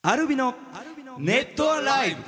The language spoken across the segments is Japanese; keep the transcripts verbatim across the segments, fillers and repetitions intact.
アルビのネットアライブ。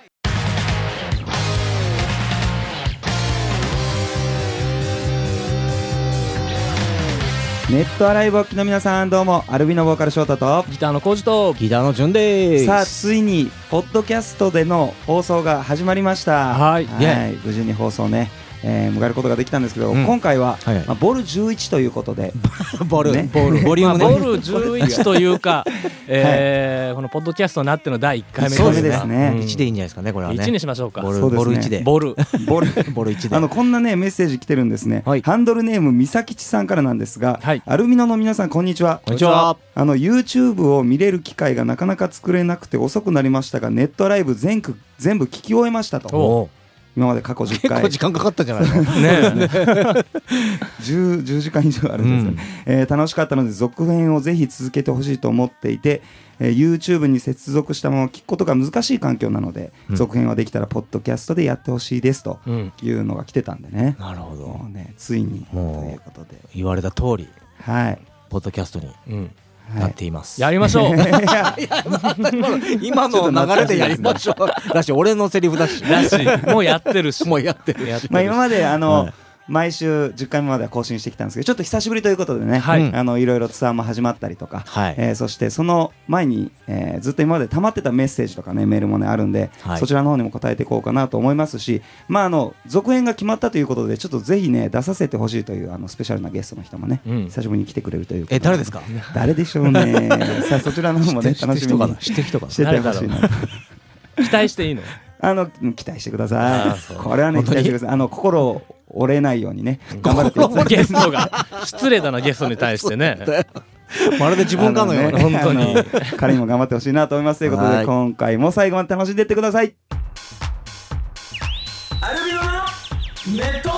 ネットアライブをお聞きの皆さん、どうもアルビのボーカル翔太とギターのコウジとギターのジュンでーす。 さあついにポッドキャストでの放送が始まりました。 はい、 はい、無事に放送ね、えー、迎えることができたんですけど、うん、今回は、はいはい、まあ、ボルじゅういちということでボル、ね、 ボルボリュームね、 まあ、ボルじゅういちというか、えーはい、このポッドキャストになってのだいいっかいめですね。 そうですね、 うん、いちでいいんじゃないですかね、これはね。 いちにしましょうか。 ボル、 そうですね、 ボルいちでボルボルボルいちで。 あのこんなねメッセージ来てるんですね、はい、ハンドルネームみさきちさんからなんですが、はい、アルミノの皆さんこんにちは。 こんにちは。 あの YouTube を見れる機会がなかなか作れなくて遅くなりましたが、ネットライブ全部全部聞き終えましたと。今まで過去じゅっかい、 結構時間かかったんじゃないのねじゅう, じゅうじかん以上あるんですよ、うん、えー、楽しかったので続編をぜひ続けてほしいと思っていて、えー、YouTube に接続したまま聞くことが難しい環境なので、うん、続編はできたらポッドキャストでやってほしいですというのが来てたんでね、 うん、なるほど、 もうね、ついにということで言われた通り、 はい、 ポッドキャストに、うん、なっています、 はい、やりましょう今の流れでやりましょうだし、俺のセリフだしだしもうやってるしもうやってるまあ今まであの、はい、毎週じゅっかいめまでは更新してきたんですけど、ちょっと久しぶりということでね、はい、あのいろいろツアーも始まったりとか、はい、えー、そしてその前に、えー、ずっと今まで溜まってたメッセージとかね、メールもねあるんで、はい、そちらの方にも答えていこうかなと思いますし、まああの続編が決まったということで、ちょっとぜひね出させてほしいというあのスペシャルなゲストの人もね、うん、久しぶりに来てくれるということで。 え、誰ですか？ 誰でしょうねさあそちらの方もね楽しみにしてる人かな、 しててほしいな期待していいの？あの期待してください。これはね期待してください。あの心を折れないようにね頑張ってゲストが失礼だな、ゲストに対してねまるで自分かのような、 ね、本当に彼にも頑張ってほしいなと思います。ということで今回も最後まで楽しんでいってください。アルビノのネット。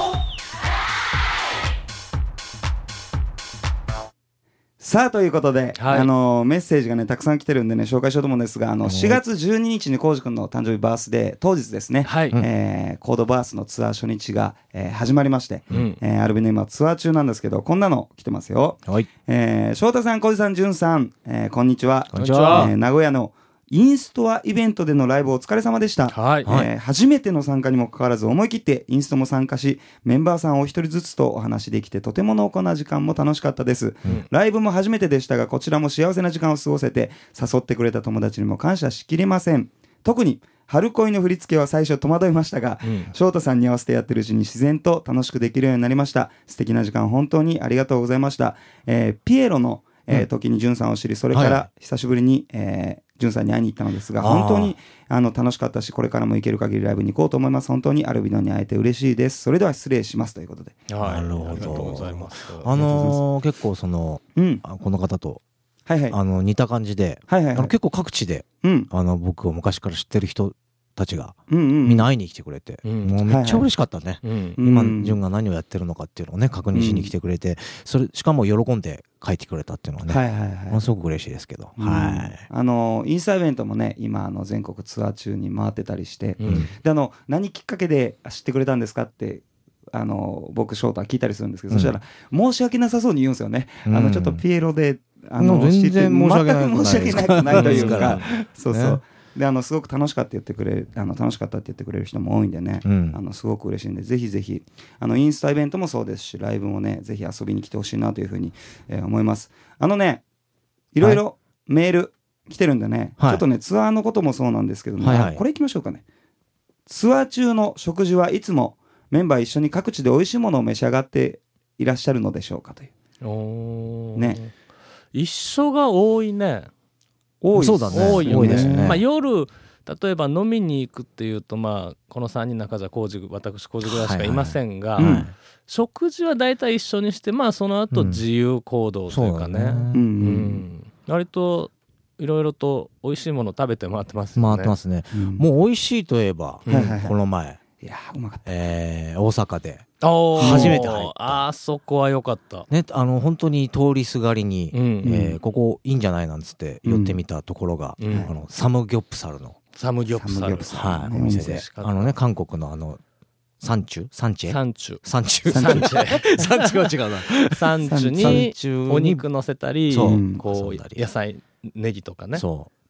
さあということで、はい、あのメッセージがねたくさん来てるんでね紹介しようと思うんですが、あのしがつじゅうににちにコウジ君の誕生日バースデー当日ですね、はい、えー、コードバースのツアー初日が、えー、始まりまして、うん、えー、アルビノ今ツアー中なんですけど、こんなの来てますよ。はい、えー、翔太さん、コウジさん、ジュンさん、えー、こんにちは。 こんにちは。 えー、名古屋のインストアイベントでのライブお疲れ様でした、はい、えー、初めての参加にもかかわらず思い切ってインストも参加し、メンバーさんお一人ずつとお話できてとても濃厚な時間も楽しかったです、うん、ライブも初めてでしたがこちらも幸せな時間を過ごせて、誘ってくれた友達にも感謝しきれません。特に春恋の振り付けは最初戸惑いましたが、うん、翔太さんに合わせてやってるうちに自然と楽しくできるようになりました。素敵な時間本当にありがとうございました、えー、ピエロの、えーうん、時にジュンさんを知り、それから久しぶりに、えージュンさんに会いに行ったのですが、本当にあの楽しかったし、これからも行ける限りライブに行こうと思います。本当にアルビノに会えて嬉しいです。それでは失礼しますということで。 なるほど、 ありがとうございます。 あのー、結構その、うん、この方と、はいはい、あの似た感じで、はいはいはい、あの結構各地で、うん、あの僕を昔から知ってる人たちが、うんうん、みんな会いに来てくれて、うん、もうめっちゃ嬉しかったね、はいはい、今ジュンが何をやってるのかっていうのをね確認しに来てくれて、うん、それしかも喜んで書いてくれたっていうのはね、はいはいはい、ものすごく嬉しいですけど、うん、はい、あのインスタイベントもね今あの全国ツアー中に回ってたりして、うん、であの何きっかけで知ってくれたんですかってあの僕翔太聞いたりするんですけど、うん、そしたら申し訳なさそうに言うんですよね、うん、あのちょっとピエロであの全然申し訳ない全く申し訳なくないというかそうそう、ね、であのすごく楽しかったって言ってくれあの楽しかったって言ってくれる人も多いんでね、うん、あのすごく嬉しいんで、ぜひぜひあのインスタイベントもそうですしライブもねぜひ遊びに来てほしいなというふうに、えー、思います。あのねいろいろメール来てるんでね、はい、ちょっとねツアーのこともそうなんですけどね、はいはい、これいきましょうかね。ツアー中の食事はいつもメンバー一緒に各地で美味しいものを召し上がっていらっしゃるのでしょうかという。おね、 一緒が多いね。 多いそうだね。 多いよね。 多いですね。 まあ、夜例えば飲みに行くっていうと、まあ、このさんにんの中じゃコウジ私コウジぐらいしかいませんが、はいはい、食事は大体一緒にして、まあ、その後自由行動というかね、うんうん、割といろいろと美味しいもの食べて回ってますよね。 回ってますね、うん、もう美味しいといえば、うん、この前いやうまかった、 えー、大阪で初めて入った。 あそこは良かった、 ね、あの本当に通りすがりに、うんうん、えー、ここいいんじゃないなんつって寄ってみたところが、うん、あのサムギョプサルのサムギョプサル、 はい、お店で、あのね韓国のあのサンチュサンチェサンチュサンチュサンチュサンチュは違うな。 サンチュにお肉乗せたり、 そうこう野菜ネギとかね、 そう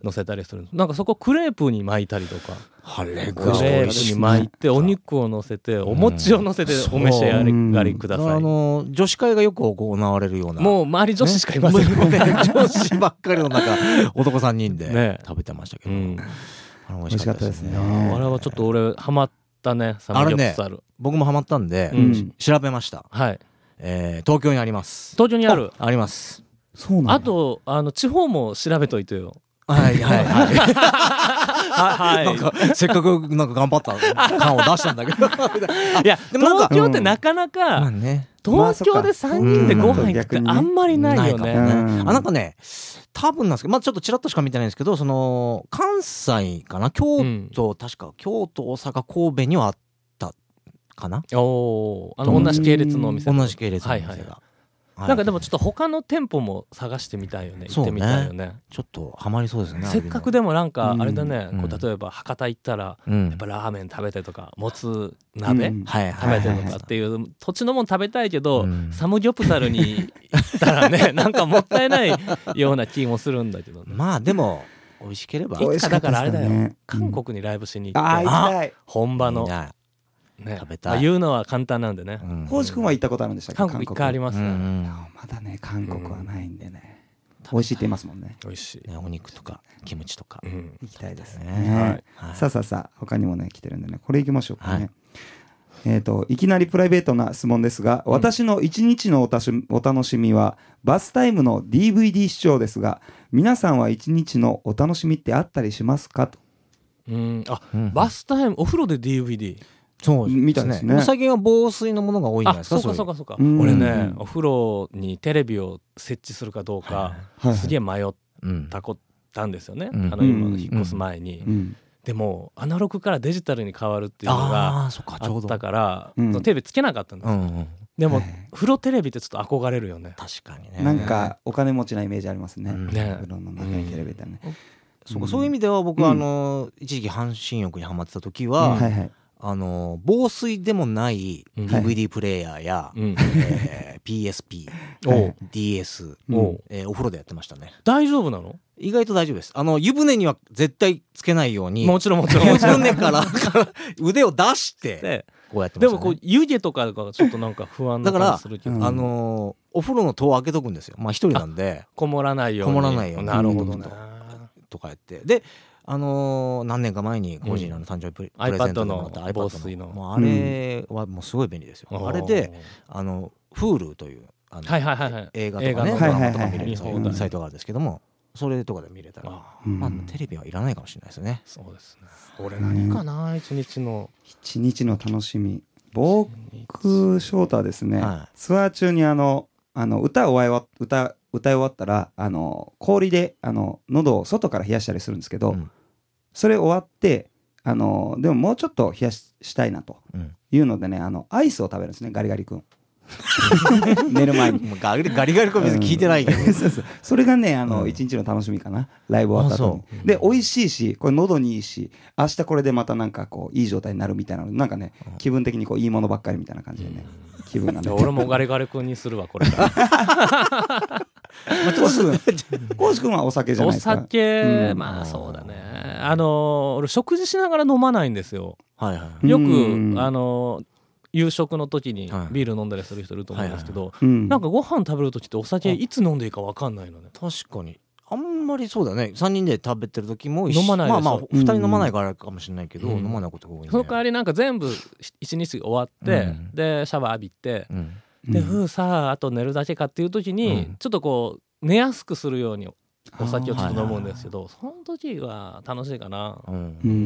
乗せたりする。なんかそこクレープに巻いたりとか、 あれがクレープに巻いてお肉を乗せてお餅を乗せてお召し上がりください。 あの女子会がよく行われるような、 もう周り女子しかいませんね、 女子ばっかりの中男さんにんで食べてましたけど、 美味しかったですね。 あれはちょっと俺ハマったね。サムギョプサル、 僕もハマったんで調べました。はい、東京にあります。 東京にある。 あります。 そうなんだ。あとあの地方も調べといてよ。 はいはいはい。なんかせっかくなんか頑張った感を出したんだけど、いや東京ってなかなか東京でさんにんでご飯行くってあんまりないよね。 あ、なんかね、多分なんですけど、まあちょっとちらっとしか見てないんですけど、その関西かな、京都、確か京都、大阪、神戸にはあったかな。 おお、あの同じ系列のお店。 同じ系列のお店が。 なんかでもちょっと他の店舗も探してみたいよね。行ってみたいよね。 ちょっとハマりそうですね。 せっかくでもなんかあれだね、こう例えば博多行ったらやっぱラーメン食べてとかもつ鍋食べてとかっていう土地のもん食べたいけど、サムギョプサルに行ったらね、なんかもったいないような気もするんだけど。 まあでも美味しければ。 いつかだからあれだよ、韓国にライブしに行って本場のね、食べたい。言うのは簡単なんでね。 浩司君は行ったことあるんでしたっけ？ 韓国一回ありますね。 まだね、韓国はないんでね。美味しいって言いますもんね。 美味しい。 お肉とかキムチとか行きたいですね。さあさあさあ、他にもね来てるんでね、これ行きましょうかね。えっといきなりプライベートな質問ですが、私の一日のおたしお楽しみはバスタイムの ディーブイディー 視聴ですが、皆さんは一日のお楽しみってあったりしますかと。 うん、あ、バスタイムお風呂で ディーブイディー。 そうみたいですね。最近は防水のものが多いんじゃないですか。 そうかそうかそうか。俺ね、お風呂にテレビを設置するかどうかすげえ迷ったこったんですよね。あの今引っ越す前に。でもアナログからデジタルに変わるっていうのがあったから、テレビつけなかったんですよ。でも風呂テレビってちょっと憧れるよね。 確かにね。 なんかお金持ちなイメージありますね。風呂の中にテレビってね。 そうそういう意味では僕はあの一時期半身浴にハマってた時は。あの防水でもない ディーブイディー プレイヤーや、えー、ピーエスピー、ディーエス、えー、お風呂でやってましたね。 大丈夫なの？ 意外と大丈夫です。あの湯船には絶対つけないように、 もちろんもちろん湯船から腕を出してこうやってましたね。 でもこう湯気とかがちょっとなんか不安な感じするけど、 だからあのー、お風呂の戸を開けとくんですよ。まあ一人なんでこもらないように。 こもらないように。 なるほどね。 とかやってで。あのー、何年か前にコージーの誕生日プレゼントでもらった iPad の、もうあれはもうすごい便利ですよ。あれであの Hulu というあの映画とかねドラマとか見れるサイトがあるんですけども、それとかで見れたら、まあテレビはいらないかもしれないですね。 そうですね。俺何かな、一日の一日の楽しみ。僕翔太はですね、ツアー中にあのあの歌を終わ歌歌い終わったらあの氷であの喉を外から冷やしたりするんですけど、うん、それ終わってあのでももうちょっと冷やし、したいなというのでね、あのアイスを食べるんですね、ガリガリ君寝る前に。 もうガリガリガリ君別に聞いてないけど、うん、 そうそう、それがねあの、うん、一日の楽しみかな、ライブ終わった後に。で美味しいし、これ喉にいいし、明日これでまたなんかこういい状態になるみたいなの、なんかね気分的にこういいものばっかりみたいな感じでね、うん、気分がね。 俺もガリガリ君にするわこれからコウス君、コウス君はお酒じゃないですか。 お酒、うん、まあそうだね。あの俺食事しながら飲まないんですよ。はいはい、よくあの夕食の時にビール飲んだりする人いると思うんですけど、なんかご飯食べる時ってお酒いつ飲んでいいか分かんないのね。 確かにあんまりそうだね。さんにんで食べてる時も飲まないでしょ。まあまあふたり飲まないからあれかもしれないけど、うん、飲まないことが多いね。 その代わりなんか全部一日終わって、うん、でシャワー浴びて、うん、でふうさああと寝るだけかっていう時に、うん、ちょっとこう寝やすくするようにお酒をちょっと飲むんですけど、その時は楽しいかな、うん、うん、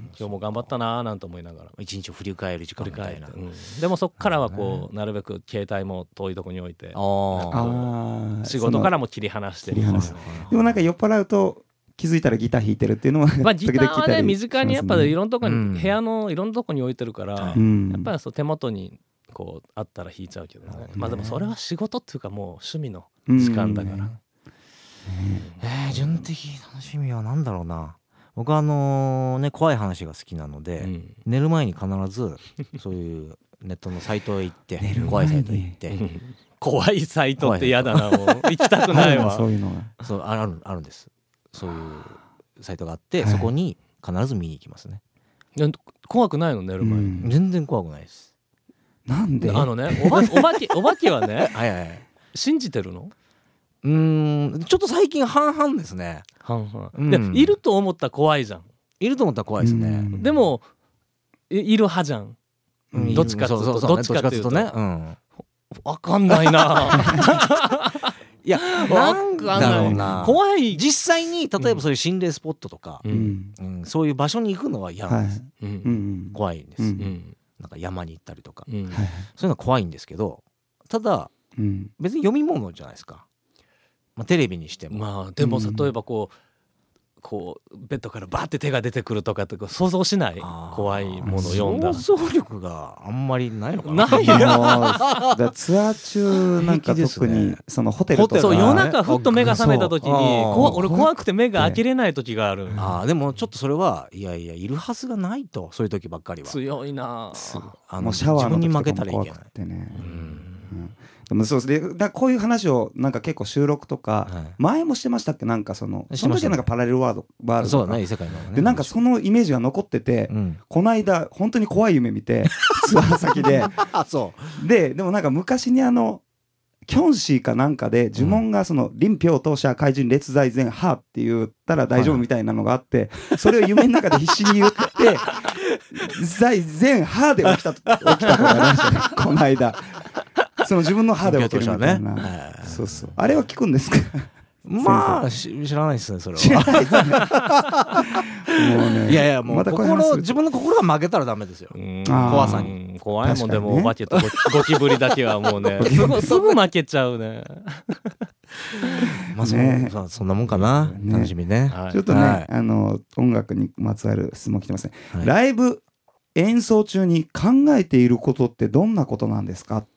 今日も頑張ったなーなんて思いながら一日を振り返る時間みたいな、 うん、でもそっからはこうなるべく携帯も遠いとこに置いて、あ仕事からも切り離してる。でもなんか酔っ払うと気づいたらギター弾いてるっていうのはまあギターはね身近にやっぱりいろんなとこに、うん、部屋のいろんなとこに置いてるから、うん、やっぱりそう手元にこうあったら弾いちゃうけどね、うん、まあでもそれは仕事っていうかもう趣味の時間だから、うん、 えー、純的楽しみは何だろうな。僕はあのね怖い話が好きなので、うん、寝る前に必ずそういうネットのサイトへ行って怖いサイトへ行って怖いサイトって嫌だな、もう行きたくないわ。 そういうのがそうあるあるんです。そういうサイトがあって、はい、そこに必ず見に行きますね。 怖くないの寝る前に、うん、 全然怖くないです。 なんであのねおばおばけおばけはねはい、はい、信じてるの？ うーんちょっと最近半々ですね。 半々、うん、でいると思ったら怖いじゃん。 いると思ったら怖いですね。 でも い, いる派じゃん、うん、どっちかっていうとどっちかっていうとね、うん、分かんないないやなんだろうな怖い。 実際に例えばそういう心霊スポットとか、うんうん、そういう場所に行くのは嫌なんです、はいうん、怖いんです、うん、なんか山に行ったりとか、うん、そういうのは怖いんですけど、ただ、うん、別に読み物じゃないですか、まあ、テレビにしても。 まあでも例えばこう、うんこうベッドからバーって手が出てくるとかって想像しない？怖いもの読んだ想像力があんまりないのかな。 ないよだツアー中なんか特にそのホテルとかそう夜中ふっと目が覚めた時にこ俺怖くて目が開けれない時がある。 あでもちょっっとそれはいやいやいるはずがないと、そういう時ばっかりは強いなあもうシャワーの時とかも怖くてね。でもそうですね。だこういう話をなんか結構収録とか前もしてましたっけ？なんかそのその時はなんかパラレルワールドワールドとか異世界のね。 でなんかそのイメージが残ってて、この間本当に怖い夢見てツアー先でそうででもなんか昔にあのキョンシーかなんかで呪文がその臨氷当社怪人列在前ハーって言ったら大丈夫みたいなのがあってそれを夢の中で必死に言って在前ハーで起きた起きたことがありましたねこの間。その自分の歯で起きるみたいな、ね、そうそうあれは聞くんですか？ まあ知らないですねそれは。もうねいやいやもう、ま、心自分の心が負けたらダメですよ。怖さに怖いもんでもお化けとゴキブリだけはもうねすぐすぐ負けちゃうね。 まあそねそ, そんなもんかな、ね、楽しみね、 はい、ちょっとね、はい、あの音楽にまつわる質問来てますね、はい、ライブ演奏中に考えていることってどんなことなんですか？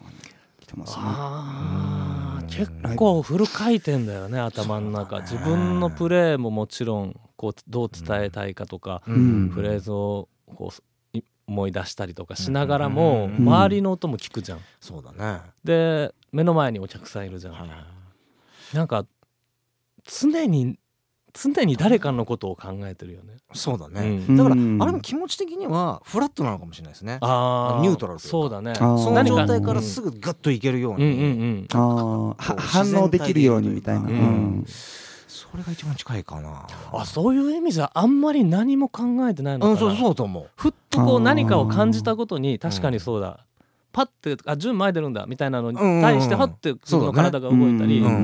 あ結構フル回転だよね頭の中。自分のプレーももちろんこうどう伝えたいかとか、うん、フレーズをこう思い出したりとかしながらも、うん、周りの音も聞くじゃん、うん、 そうだね。 で目の前にお客さんいるじゃん、はい、なんか常に常に誰かのことを考えてるよね。 そうだね、うん、だからあれも気持ち的にはフラットなのかもしれないですね。あニュートラルというか。 そうだね。 その状態からすぐグッといけるように、うんうんうん、 あ反応できるようにみたいな、うんうん、 それが一番近いかな。 あそういう意味じゃあんまり何も考えてないのかな、 うん、そうそうと思う。 ふっとこう何かを感じたことに確かにそうだ、パッてあ順前出るんだみたいなのに対してハッて自分の体が動いたり、 うんうんうん、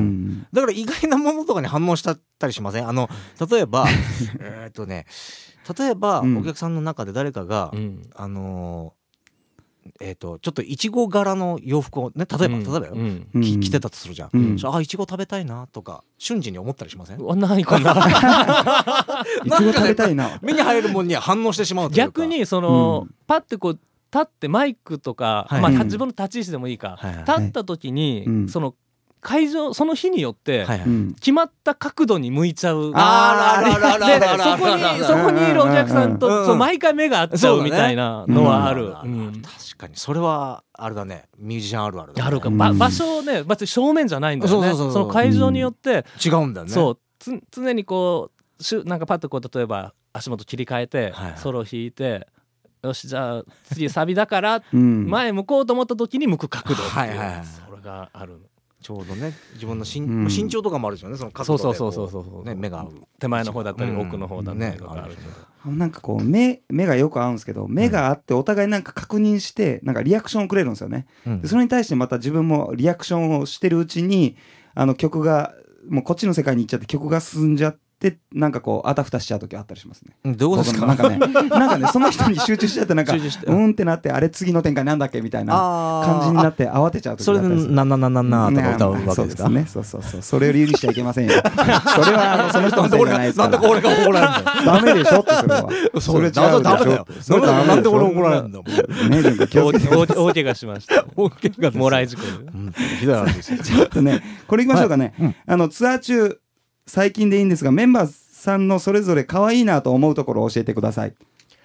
だから意外なものとかに反応したりしません？あの例えばえっとね例えば、うん、お客さんの中で誰かが、うん、あのー、えっ、ー、とちょっといちご柄の洋服をね例えば、うん、例えばよ、うん、着てたとするじゃん、うん、あいちご食べたいなとか瞬時に思ったりしません？ ないかな。 いちご食べたいな。 目に入るものには反応してしまうというか。 逆にその、うん、パッてこう立ってマイクとか、はいまあ、自分の立ち位置でもいいか、はいはい、立った時に、はい、その会場その日によって決まった角度に向いちゃう、 あでそこにそこにいるお客さんと、うん、そう毎回目が合っちゃうみたいなのはある、うんうん、確かにそれはあれだね。ミュージシャンあるあるだね。 あるか、うん、場所ね別に正面じゃないんだよね。そうそうそうそう、その会場によって、 うん、違うんだよね。 そうつ常にこうしゅなんかパッとこう例えば足元切り替えて、はいはい、ソロ弾いてよしじゃあ次サビだから前向こうと思った時に向く角度っていう、はいはいはい、それがある。 ちょうどね自分の身、うん、身長とかもあるでしょうね。その角度でこうそうそうそうそう、ね、目が合う手前の方だったり奥の方だったりとかある、 うんね、なんかこう 目, 目がよく合うんですけど目が合ってお互いなんか確認してなんかリアクションをくれるんですよね、うん、でそれに対してまた自分もリアクションをしてるうちにあの曲がもうこっちの世界に行っちゃって曲が進んじゃってでなんかこうあたふたしちゃう時あったりしますね。 どうですか？ なんかねなんかねその人に集中しちゃってなんかうんってなってあれ次の展開なんだっけみたいな感じになって慌てちゃう時があったりする。それでなななななとか歌うわけですか？ そうですね。そうそうそうそれを理由にしちゃいけませんよ。それはあのその人のせいじゃないですから。 なんで俺が怒られるんだよ。 ダメでしょってそれは。それダメだよ。それなんで俺怒られるんだもん。ねでも気をつけて。大怪我しました。大怪我もらい事故で。 ひどい話ですよ。 ちょっとねこれいきましょうかね。あのツアー中最近でいいんですがメンバーさんのそれぞれ可愛いなと思うところを教えてください。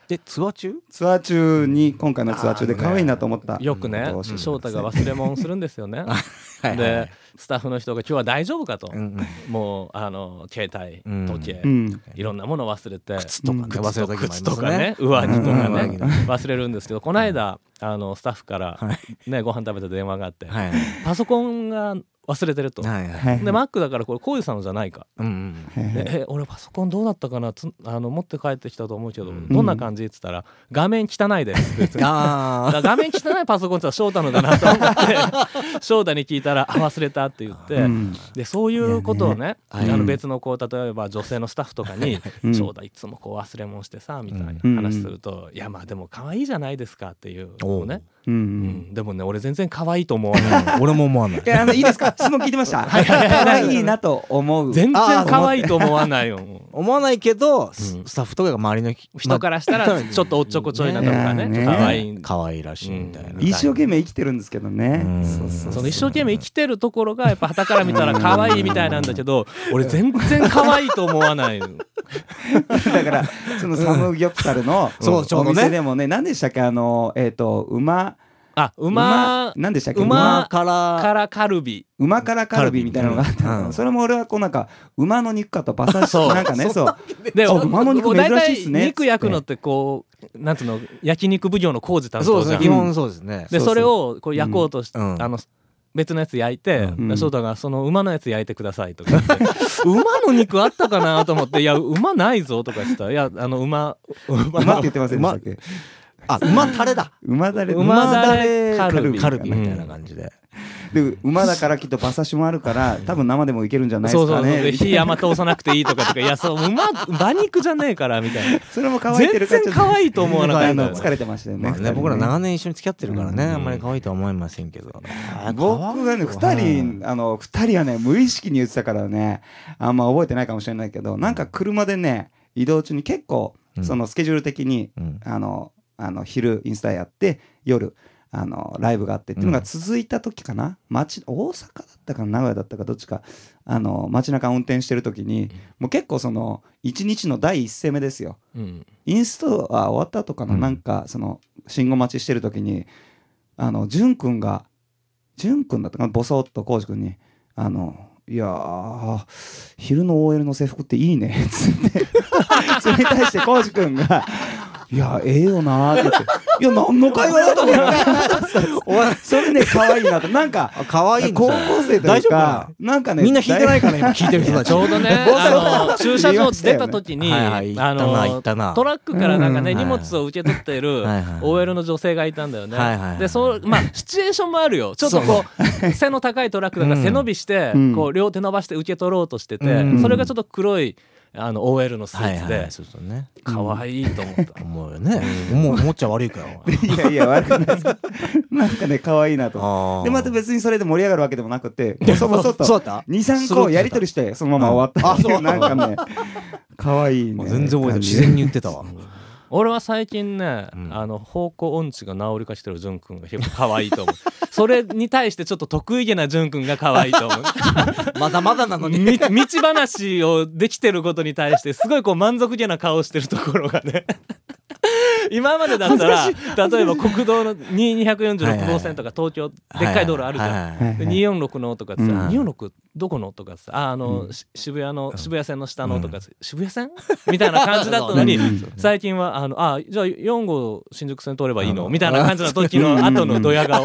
でツアー中ツアー中に今回のツアー中で可愛いなと思った、 ね、よくね翔太が忘れ物するんですよねはい、でスタッフの人が今日は大丈夫かと、うん、もうあの携帯時計、うん、いろんなもの忘れて靴とかね、 うん、靴とか、靴とかね上着とかね、うん、忘れるんですけどこの間あのスタッフから、ね、ご飯食べた電話があって、はい、パソコンが忘れてると、はいはい、でマックだからこれ浩二さんのじゃないか、うんうん、でえ俺パソコンどうだったかなつあの持って帰ってきたと思うけど、うん、どんな感じって言ったら画面汚いですってあだ画面汚いパソコンって言ったら翔太のだなと思って翔太に聞いたらあ忘れたって言って、うん、でそういうことをね、あの別のこう例えば女性のスタッフとかに、うん、翔太いつもこう忘れ物してさみたいな話すると、うん、いやまあでも可愛いじゃないですかっていうのをね、うんうん、でもね俺全然可愛いと思わない俺も思わないいやあのいいですか質問聞いてました可愛いなと思う全然可愛いと思わないよ思わないけど、うん、スタッフとかが周りの人からしたらちょっとおっちょこちょいなとかね可愛い可愛いらしいみたいな、 うん、一生懸命生きてるんですけどね、うん、そうそうそうその一生懸命生きてるところがやっぱ傍から見たら可愛いみたいなんだけど俺全然可愛いと思わないだからそのサムギョプサルのお店でもね何でしたっけあのえっと馬あ馬何でしたっけ馬からからカルビ馬からカルビみたいなのがあったの、うん、それも俺はこうなんか馬の肉かと馬刺しなんかねそうで馬の肉珍しいっすね肉焼くのってこうなんつうの焼肉奉行の工事担当じゃん基本そうですねでそれをこう焼こうとして、うん、あの別のやつ焼いて、うん、翔太がその馬のやつ焼いてくださいとか言って馬の肉あったかなと思っていや馬ないぞとか言ってたいやあの馬馬って言ってませんでしたっけあ馬タレだ馬だれ馬だれカルビカルビみたいな感じで、 うん、で馬だからきっと馬刺しもあるから多分生でもいけるんじゃないですかねそうそうそうで火あんま通さなくていいとかとかいやそう馬馬肉じゃねえからみたいなそれも可愛いてるから全然可愛いと思わなかった疲れてましたよね、まあ、 ね僕ら長年一緒に付き合ってるからね、うん、あんまり可愛いとは思いませんけど、 うん、僕がねふたりあのふたりはね無意識に言ってたからねあんま覚えてないかもしれないけどなんか車でね移動中に結構そのスケジュール的に、うん、あのあの昼インスタやって夜あのライブがあってっていうのが続いた時かな、街大阪だったか名古屋だったかどっちかあの街中運転してる時に、うん、もう結構そのいちにちの第一声目ですよ、うん、インスタは終わった後かな、うん、なんかその信号待ちしてる時にあの淳くんが淳くんだったかなボソッと浩司くんにあのいやー昼の オーエル の制服っていいねっつってそれに対して浩司くんがいやええよなーって言っていや何の会話だと思ってそれね可愛いなとなんか可愛い高校生というかなんかねみんな聞いてないから今聞いてる人たちちょうどねあの駐車場出た時にあのトラックからなんかね荷物を受け取っている オーエル の女性がいたんだよねでそうまあシチュエーションもあるよちょっとこう背の高いトラックだから背伸びしてこう両手伸ばして受け取ろうとしててそれがちょっと黒いあの オーエル のスーツで可愛いと思った思うよね思っちゃ悪いからいやいや悪くないですなんかね可愛いなとでまた別にそれで盛り上がるわけでもなくてボソボソとにさんこやり取りしてそのまま終わったっていうなんかね可愛いね全然覚えてる自然に言ってたわ俺は最近ね、うん、あの方向音痴が治りかしてる淳くんが結構可愛いと思うそれに対してちょっと得意げな淳くんが可愛いと思うまだまだなのに道話をできてることに対してすごいこう満足げな顔してるところがね今までだったら例えば国道のにひゃくよんじゅうろく号線とか東京でっかい道路あるじゃんにひゃくよんじゅうろくのとかさ、うん、にひゃくよんじゅうろくどこのとかさああの、うん、渋谷の渋谷線の下のとか、うん、渋谷線みたいな感じだったのに最近はあのあじゃあよん号新宿線通ればいいのみたいな感じの時の後のドヤ顔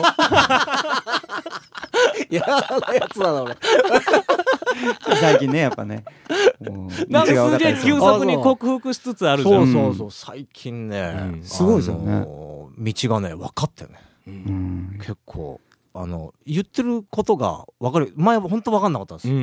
やなやつだな俺最近ねやっぱねなんかすげえ急速に克服しつつあるじゃんそうそうそう最近ね、 うん、すごいですよね道がね分かってね、うん、結構あの言ってることが分かる前は本当分かんなかったんですよ、うん、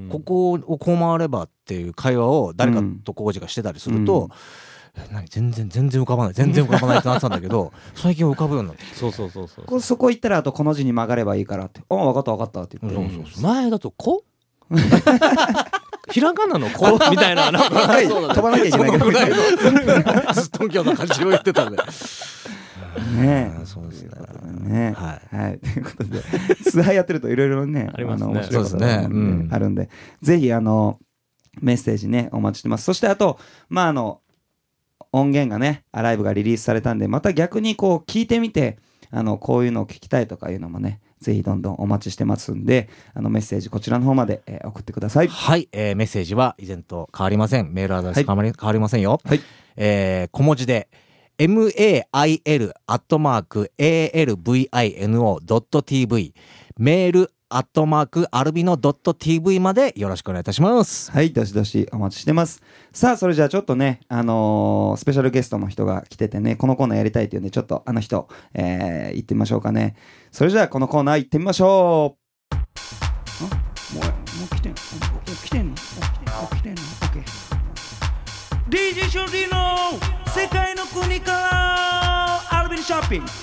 ここをこう回ればっていう会話を誰かと浩司がしてたりすると、うんえ何全然全然浮かばない全然浮かばないってなってたんだけど最近浮かぶようになってそうそうそうそうこそこ行ったらあとこの字に曲がればいいからってあ分かった分かったって言って、 うん、そうそう前だとこひらがなのこみたいななんか飛ばなきゃいけないからずっとんきょうな感じを言ってたんでねえそうですねはい、はい、ということでツアーやってるといろいろねありますね面白いことがあるんでぜひあのメッセージねお待ちしてますそしてあとまああの音源がねアライブがリリースされたんで、また逆にこう聞いてみて、あのこういうのを聞きたいとかいうのもね、ぜひどんどんお待ちしてますんで、あのメッセージこちらの方まで、えー、送ってください。 はい、えー、メッセージは以前と変わりません。メールアドレス変わり、はい、変わりませんよ。はい、えー、小文字で メール アットマーク エーエルブイアイエヌオードットティーブイ メールアットマークアルビノドットティーブイ までよろしくお願いいたします。 はい、どしどしお待ちしてます。さあ、それじゃあちょっとね、あのー、スペシャルゲストの人が来ててね、このコーナーやりたいっていうんで、ちょっとあの人、えー、行ってみましょうかね。それじゃあこのコーナー行ってみましょう。あ、もう、もう来てんの？来てんの？来てんの？ OK。ディージェー ショーティーの世界の国からアルビノショッピング。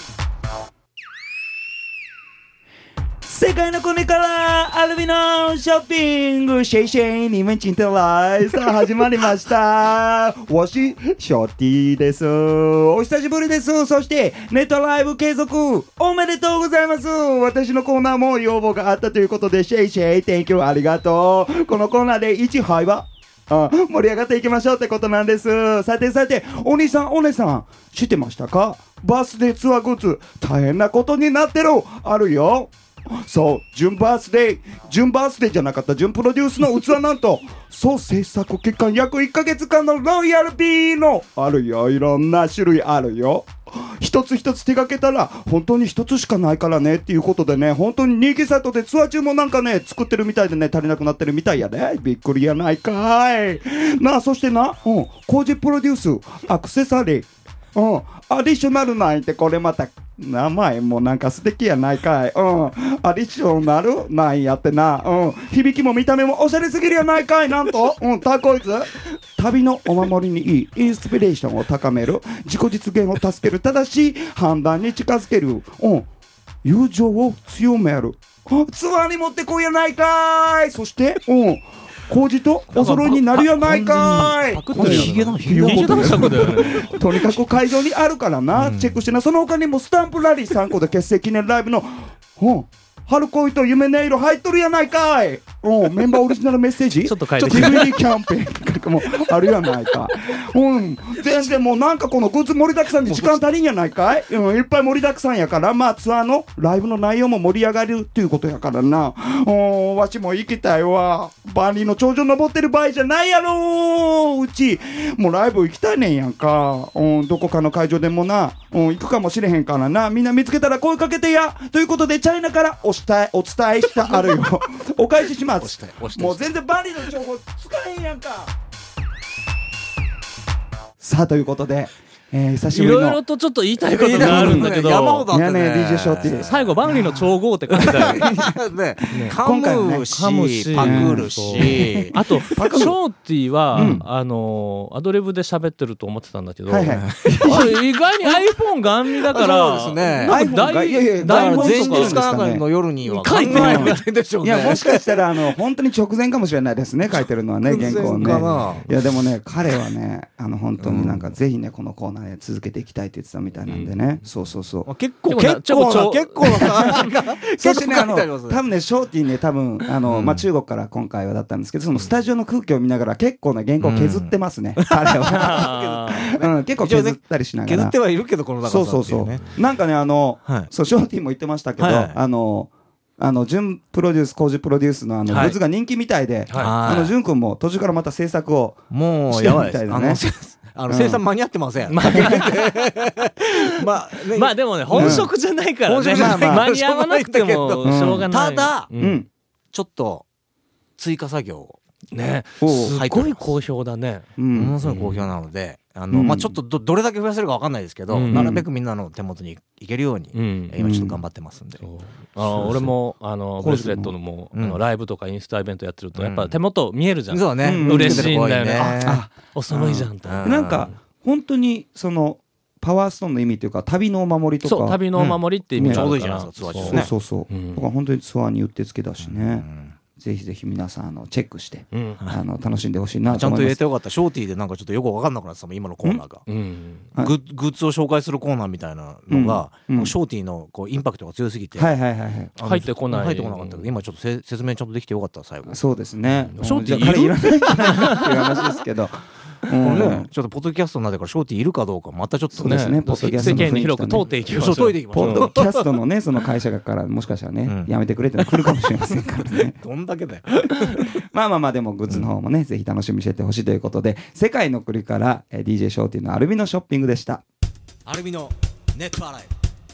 世界の国からアルビノショッピング、シェイシェイにめんちんてらい。さあ始まりました。わしショーティーです。お久しぶりです。そしてネットライブ継続おめでとうございます。私のコーナーも要望があったということで、シェイシェイ Thank you ありがとう。このコーナーでいち杯はあ盛り上がっていきましょうってことなんです。さてさて、お兄さんお姉さん知ってましたか？バースデーツアーグッズ大変なことになってるあるよ。そう、純バースデー純バースデーじゃなかった純プロデュースの器なんと総制作期間約いっかげつかんのロイヤルピーのあるよ。いろんな種類あるよ。一つ一つ手がけたら本当に一つしかないからねっていうことでね、本当に人気サイトでツアー中もなんかね作ってるみたいでね、足りなくなってるみたいやで、びっくりやないかいなあ。そしてな、うん、工事プロデュースアクセサリー、うん、アディショナルナインってこれまた名前もなんか素敵やないかい。うん、アディショナルナインやってな、うん、響きも見た目もおしゃれすぎるやないかい。なんと、うん、タコイズ旅のお守りにいいインスピレーションを高める、自己実現を助ける、正しい判断に近づける、うん、友情を強める、ツアーに持ってこいやないかい。そして、うん工事とお揃いになるやないかい。 これヒゲだヒゲ男爵だよね。 とにかく会場にあるからな、うん、チェックしてな。その他にもスタンプラリーさんこで結成記念ライブの、うん、春恋と夢音色入っとるやないかい。うん、メンバーオリジナルメッセージちょっと書いてディーブイディー キャンペーンもあるやないかい。うん、全然もうなんかこのグッズ盛りだくさんで時間足りんやないかい。うん、いっぱい盛りだくさんやから、まあツアーのライブの内容も盛り上がるっていうことやからな。おわしも行きたいわ。万里の頂上登ってる場合じゃないやろ。うちもうライブ行きたいねんやんか。うん、どこかの会場でもな、うん、行くかもしれへんからな。みんな見つけたら声かけてや。ということでチャイナからお伝えお伝えしたあるよお返しします。もう全然万里の情報使えへんやんか。さあということで、えー、久しぶりのいろいろとちょっっと言いたいことがあるんだけど、 山ほどあってね。 いやね ディージェー ショーっていう最後万里の長号って書いてあるね、噛むし、噛むしパクるし、 あとショーティーは、うん、あのアドリブで喋ってると思ってたんだけど、はいはい、意外に iPhone ガン見だからそうですね。 なんか大いやいや大前日かなんかの夜には書いてないでしょうね。 いやもしかしたらあの本当に直前かもしれないですね、書いてるのはね原稿ね。いやでもね彼はねあの本当になんかぜひねこのコーナーで続けていきたいって言ってたみたいなんでね、うん、そうそうそう結構結構な結構なそしてねあの多分ねショーティーね多分あの、うんまあ、中国から今回はだったんですけどそのスタジオの空気を見ながら結構な原稿を削ってますね、うん、彼は、うん、結構削ったりしながら削ってはいるけどこの中そうそうそうなんかねあの、はい、そうショーティーも言ってましたけど、はい、あのあの純プロデュース工事プロデュースのあのグッズが人気みたいで、はい、あの純くんも途中からまた制作をしてるみたいだね。 あの生産間に合ってません。 まあでもね本職じゃないからね間に合わなくてもしょうがない。 ただちょっと追加作業をねすごい好評だね。 ものすごい好評なのであのまあちょっとどれだけ増やせるかわかんないですけどなるべくみんなの手元にいけるように今ちょっと頑張ってますんで。 俺もあのブレスレットのもライブとかインスタイベントやってるとやっぱ手元見えるじゃん。 そうね嬉しいんだよね。あお揃いじゃんと。 なんか本当にそのパワーストーンの意味というか旅のお守りとかそう旅のお守りって意味があるから、 ちょうどいいじゃないですかツアー中ね。 そうそうそうだから本当にツアーにうってつけだしね。ぜひぜひ皆さんあのチェックして、うん、あの楽しんでほしいなと思います。 ちゃんと入れてよかった。ショーティーでなんかちょっとよく分かんなくなってたもん今のコーナーが、うん、グ, グッズを紹介するコーナーみたいなのが、うんうん、ショーティーのこうインパクトが強すぎて、 はいはいはいはい、 入ってこない入ってこなかったけど今ちょっとせ説明ちゃんとできてよかった最後。 そうですね。 ショーティーいるいらないんじゃないかっていう話ですけどね、ちょっとポッドキャストになってからショーティーいるかどうかまたちょっとね、ねポッドキャストの世間に広く通っていきましょう。 そう、通っていきましょう。 ポッドキャストのね、その会社からもしかしたらね、うん、やめてくれっての来るかもしれませんからね。 どんだけだよ。 まあまあまあ、でもグッズの方もね、うん、ぜひ楽しみにしててほしいということで、世界の国から、えー、ディージェー ショーティーのアルビノショッピングでした。 アルビノネットアライブ。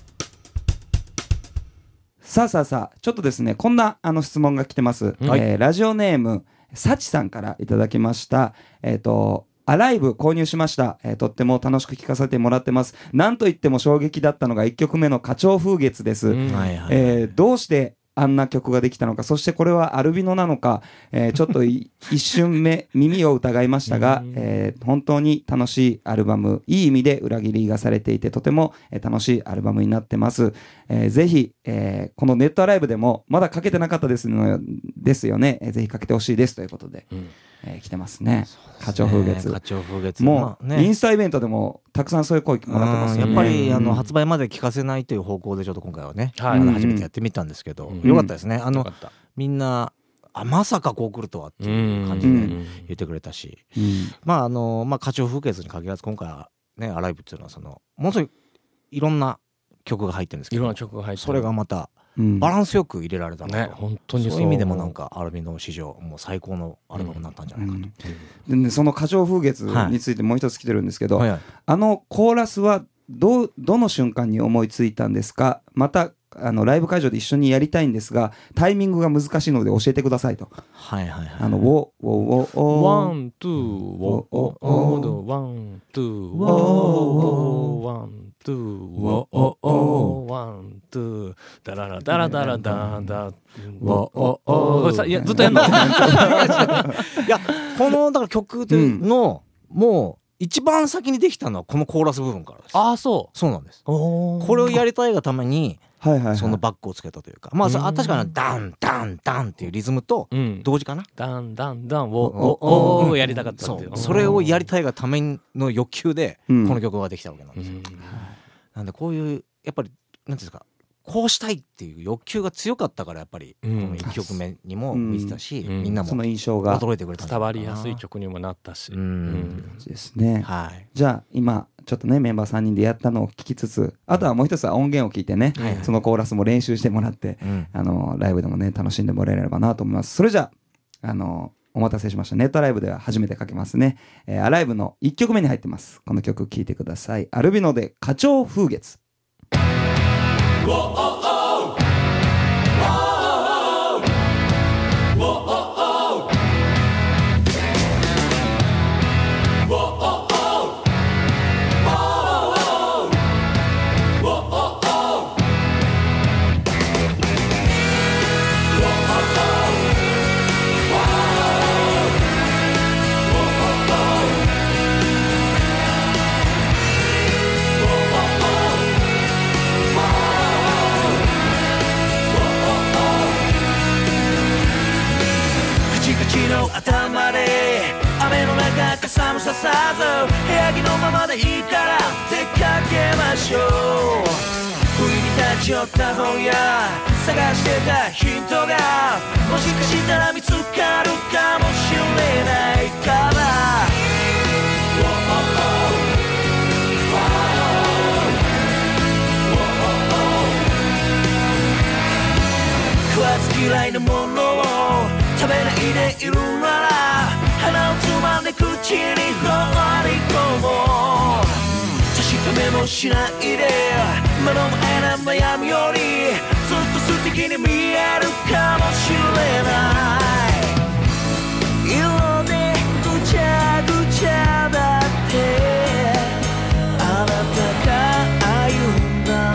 さあさあさあ、ちょっとですね、こんなあの質問が来てます。はい、えー、ラジオネームサチさんからいただきました。えっとアライブ購入しました、えー、とっても楽しく聴かせてもらってます。なんといっても衝撃だったのがいっきょくめの花鳥風月です、うんはいはいえー、どうしてあんな曲ができたのか、そしてこれはアルビノなのか、えー、ちょっと一瞬目耳を疑いましたが、えー、本当に楽しいアルバム、いい意味で裏切りがされていてとても楽しいアルバムになってます、えー、ぜひ、えー、このネットアライブでもまだかけてなかったですのですよね、えー、ぜひかけてほしいですということで、うんえー、来てますね。花鳥風月。 花鳥風月。 もう、ね、インスタイベントでもたくさんそういう声もらってますよね。 やっぱりあの発売まで聞かせないという方向でちょっと今回はね、はい、初めてやってみたんですけど、うん、よかったですね。あのみんなあまさかこう来るとはっていう感じで言ってくれたし、うん、まああのまあ花鳥風月に限らず今回はねアライブっていうのはそのものすごいいろんな曲が入ってるんですけど、 いろんな曲が入ってる。 それがまたバランスよく入れられたので、ね、 本当にそう、 そういう意味でもなんかアルビノ史上もう最高のアルバムになったんじゃないかと、うんうん、でね、その花鳥風月についてもう一つ来てるんですけど、はいはい、あのコーラスはど, どの瞬間に思いついたんですか。またあのライブ会場で一緒にやりたいんですがタイミングが難しいので教えてくださいと。 はいはいはい。 あのウォウォウォウワンツーウォウォウワンツーウォウワンツーウォウワンツーダララダラダラダダウォウ。いやずっとやんの。いやこのだから曲の、うん、もう一番先にできたのはこのコーラス部分からです。 ああそうそうなんです。これをやりたいがためにはいはいはい、そのバックをつけたというか、まあ確かにダンダンダンっていうリズムと同時かな、うん、 ダンダンダンをおおをやりたかったっていう、 そうそれをやりたいがための欲求でこの曲ができたわけなんですよ、うん、なんでこういうやっぱりなんていうんですか、こうしたいっていう欲求が強かったからやっぱりこのいっきょくめにも見てたし、うん、みんなも驚いてくれた、 伝わりやすい曲にもなったし、うんうん、 ですね、 はい、 じゃあ今ちょっとねメンバーさんにんでやったのを聞きつつ、あとはもう一つは音源を聞いてね、うん、そのコーラスも練習してもらって、うん、あのライブでもね楽しんでもらえればなと思います。それじゃあ、あのお待たせしました、ネットライブでは初めてかけますね、えー、アライブのいっきょくめに入ってます。この曲聴いてください。アルビノで花鳥風月。 頭で雨の中傘もささず部屋着のままでいいから出かけましょう。不意に立ち寄った本屋探してたヒントがもしかしたら見つかるかもしれないから食わず嫌いなものを食べないでいるなら鼻をつまんで口に放り込もう。確かめもしないで目の前の悩みよりずっと素敵に見えるかもしれない。色でぐちゃぐちゃだってあなたが歩んだ道、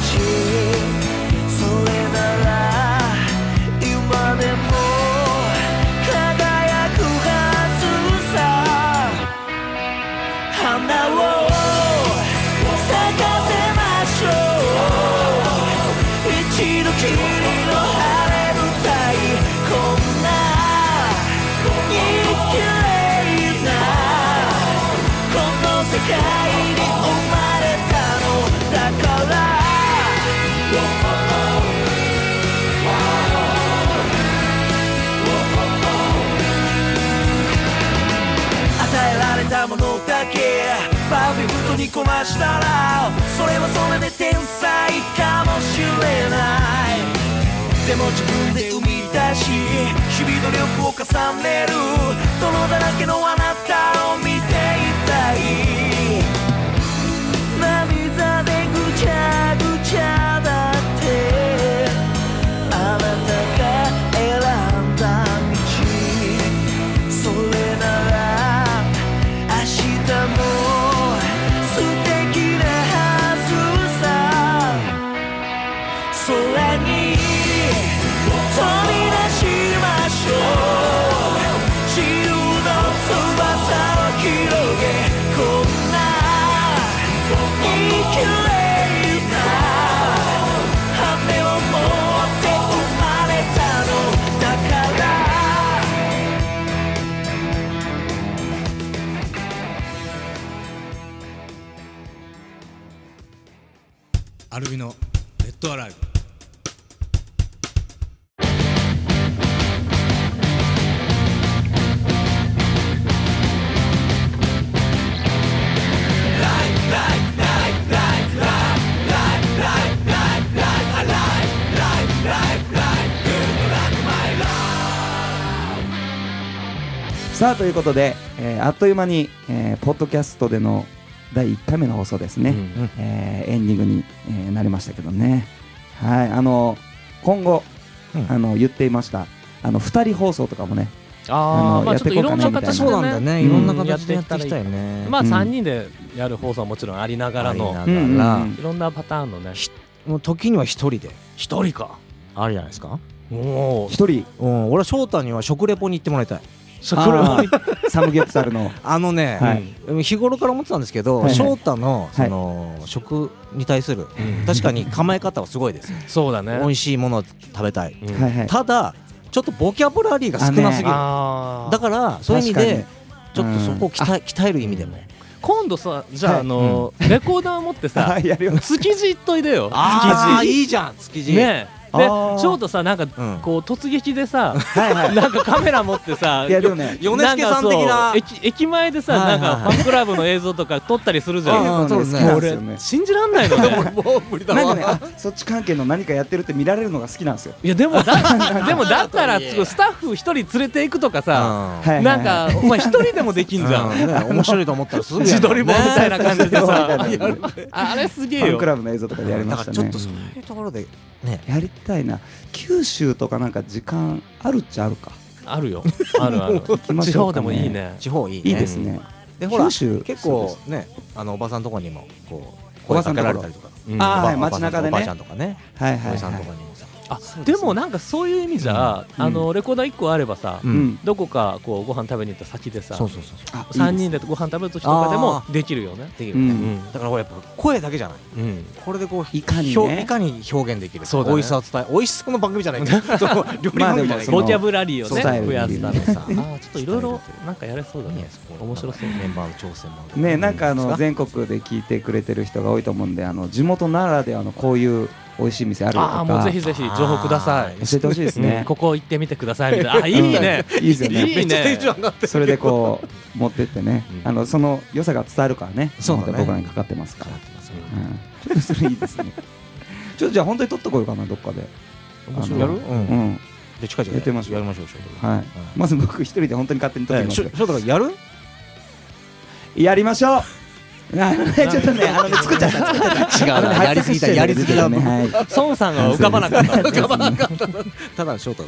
それなら今でも花を咲かせましょう。一度きりの晴れ舞台、こんなに綺麗なこの世界に生まれたのだから与えられたもだけパーフェクトにこなしたらそれはそれで天才かもしれないでも自分で生み出し日々努力を重ねる泥だらけのあなたを見ていたい涙でぐちゃぐちゃだってあなたが選んだ道それなら明日も素敵なはずさ空に飛び出しましょう自由の翼を広げこんな生きれた羽を持って生まれたのだからアルビのレッドアライブさあということで、えー、あっという間に、えー、ポッドキャストでのだいいっかいめの放送ですね、うんうんえー、エンディングに、えー、なりましたけどね、はい、あの今後、うん、あの言っていましたあのふたり放送とかもねああまあちょっといろんな形でねそうなんだねいろんな形でやっていきたいね、 うん、まあさんにんでやる放送はもちろんありながらの、 うん、 いろんなパターンのねもう時には一人で一人かあるじゃないですかお一人俺は翔太には食レポに行ってもらいたいサムギョプサルのあのね、はい、日頃から思ってたんですけど、はいはい、翔太のその、はい、食に対する、うん、確かに構え方はすごいですそうだね美味しいものを食べたい、 うん、 ただちょっとボキャブラリーが少なすぎる、ね、だからそういう意味でちょっとそこを鍛え、うん、鍛える意味でも今度さじゃあ、はい、あのーうん、レコーダー持ってさ築地行っといでよああいいじゃん築地ねでショートさなんかこう突撃でさなんかカメラ持ってさいやでもね米助さん的な駅前でさなんかファンクラブの映像とか撮ったりするじゃん俺信じらんないのねもう無理だわなんかねそっち関係の何かやってるって見られるのが好きなんですよいやでもだでもだったらスタッフ一人連れていくとかさなんかお前一人でもできんじゃん面白いと思ったらすぐ自撮り棒みたいな感じでさあれすげえよファンクラブの映像とかでやりましたねちょっとそういうところでねやりたいな九州とかなんか時間あるっちゃあるかあるよあるある地方でもいいね地方いいねいいですねでほら結構ねあのおばさんとかにもこう声かけられたりとかああ街中でねおばあちゃんとかねはいはいおじさんとかにもさあでもなんかそういう意味じゃあのレコーダーいっこあればさどこかこうご飯食べに行った先でささんにんでご飯食べる時とかでもできるよねできるねだからやっぱ声だけじゃないこれでこういかにいかに表現できる美味しさを伝え美味しそうの番組じゃないけど料理番組じゃないけどボキャブラリーをね増やすためさあちょっといろいろなんかやれそうだね面白そうメンバーの挑戦もねなんかあの全国で聞いてくれてる人が多いと思うんであの地元ならではのこういう美味しい店あるよとかあもうぜひぜひ情報ください教えてほしいですね、 うん、ここ行ってみてくださいみたいなあいいねいいですよねいいねそれでこう持ってってね、うん、あのその良さが伝わるからねそうだね僕らにかかってますから、うん、ちょっとそれいいですねちょっとじゃあ本当に撮っとこうかなどっかでやるうんで近々やってみましょうやりましょうはいまず僕一人で本当に勝手に撮ってみます翔太やるやりましょうあのねちょっとねあのね作っちゃった作っちゃった違うなやりすぎたやりすぎだね孫さんが浮かばなかった浮かばなかったただ翔太だ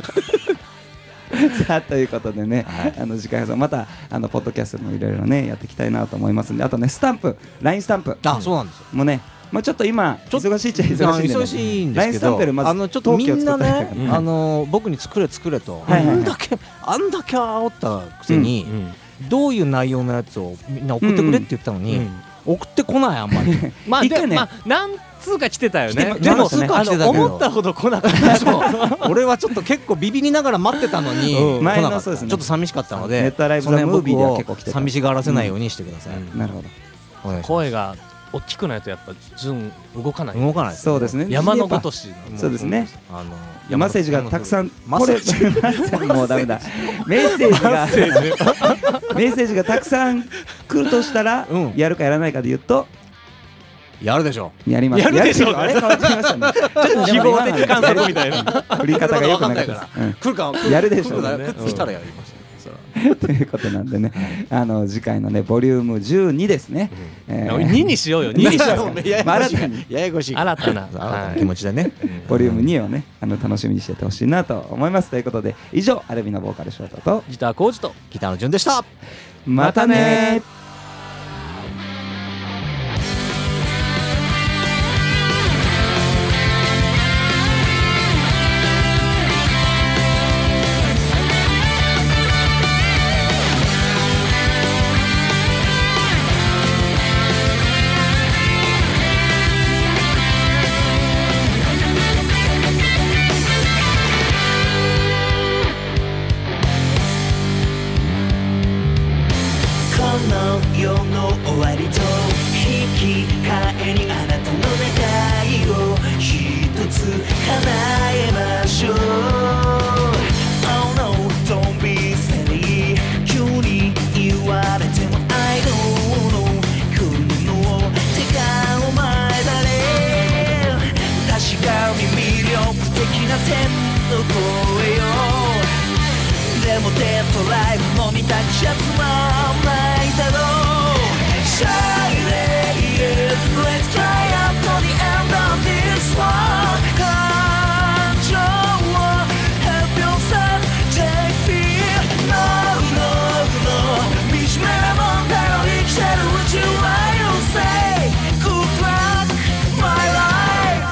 ったさあということでね、はい、あの次回またあのポッドキャストもいろいろねやっていきたいなと思いますんであとねスタンプ ライン スタンプあそうなんですよもうねまあちょっと今忙しいっちゃ忙しいんで、ね、 忙しいんですけどライン スタンプでまずあのちょっとみんなね、うん、あの僕に作れ作れと、はいはいはい、あんだけあんだけ煽ったくせに、うんうんどういう内容のやつをみんな送ってくれって言ったのに、うんうん、送ってこないあんまりまあでも、ねまあ、何通か来てたよねでも思ったほど来なかった俺はちょっと結構ビビりながら待ってたのに、うん、来なかった、ね、ちょっと寂しかったのでネタライブのムービーでは結構来てた寂しがらせないようにしてください、 うん、なるほど声が大きくないとやっぱ順動かない。 動かない。 そうですね。 山のごとし。 そうですね。 あのメッセージがたくさんこれもうダメだ。メッセージがメッセージがたくさん来るとしたらやるかやらないかで言うと。 やるでしょう。やります。 やるでしょう。 あれ変わってきましたね。ちょっと記号的観測みたいな振り方が良くなかったです。 来るかやるでしょう。 来たらやります。 ということなんでね、あの次回のねボリュームじゅうにですね。 ににしようよ。ににしよう。 新たにややこしい。 新たな気持ちでね。 ボリュームにをねあの楽しみにしててほしいなと思います。ということで以上アルビのボーカルショートとギターコージとギターの順でした。 またね。 世の終わりと引き換えにあなたの願いを一つ叶えましょう。 Oh no, don't be silly 急に言われても I don't know 来るのを手がお前だね。確かに魅力的な天の声よ。でもデッドライブのみたちゃつまんないだろう。Let's try up to the end of this one. 感情を Help yourself, take fear. No, no, no 惨めな問題を生きてる宇宙は You say Good luck, my life.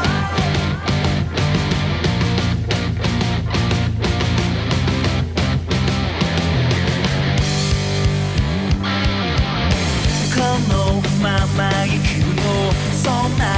このまま生きるのそんな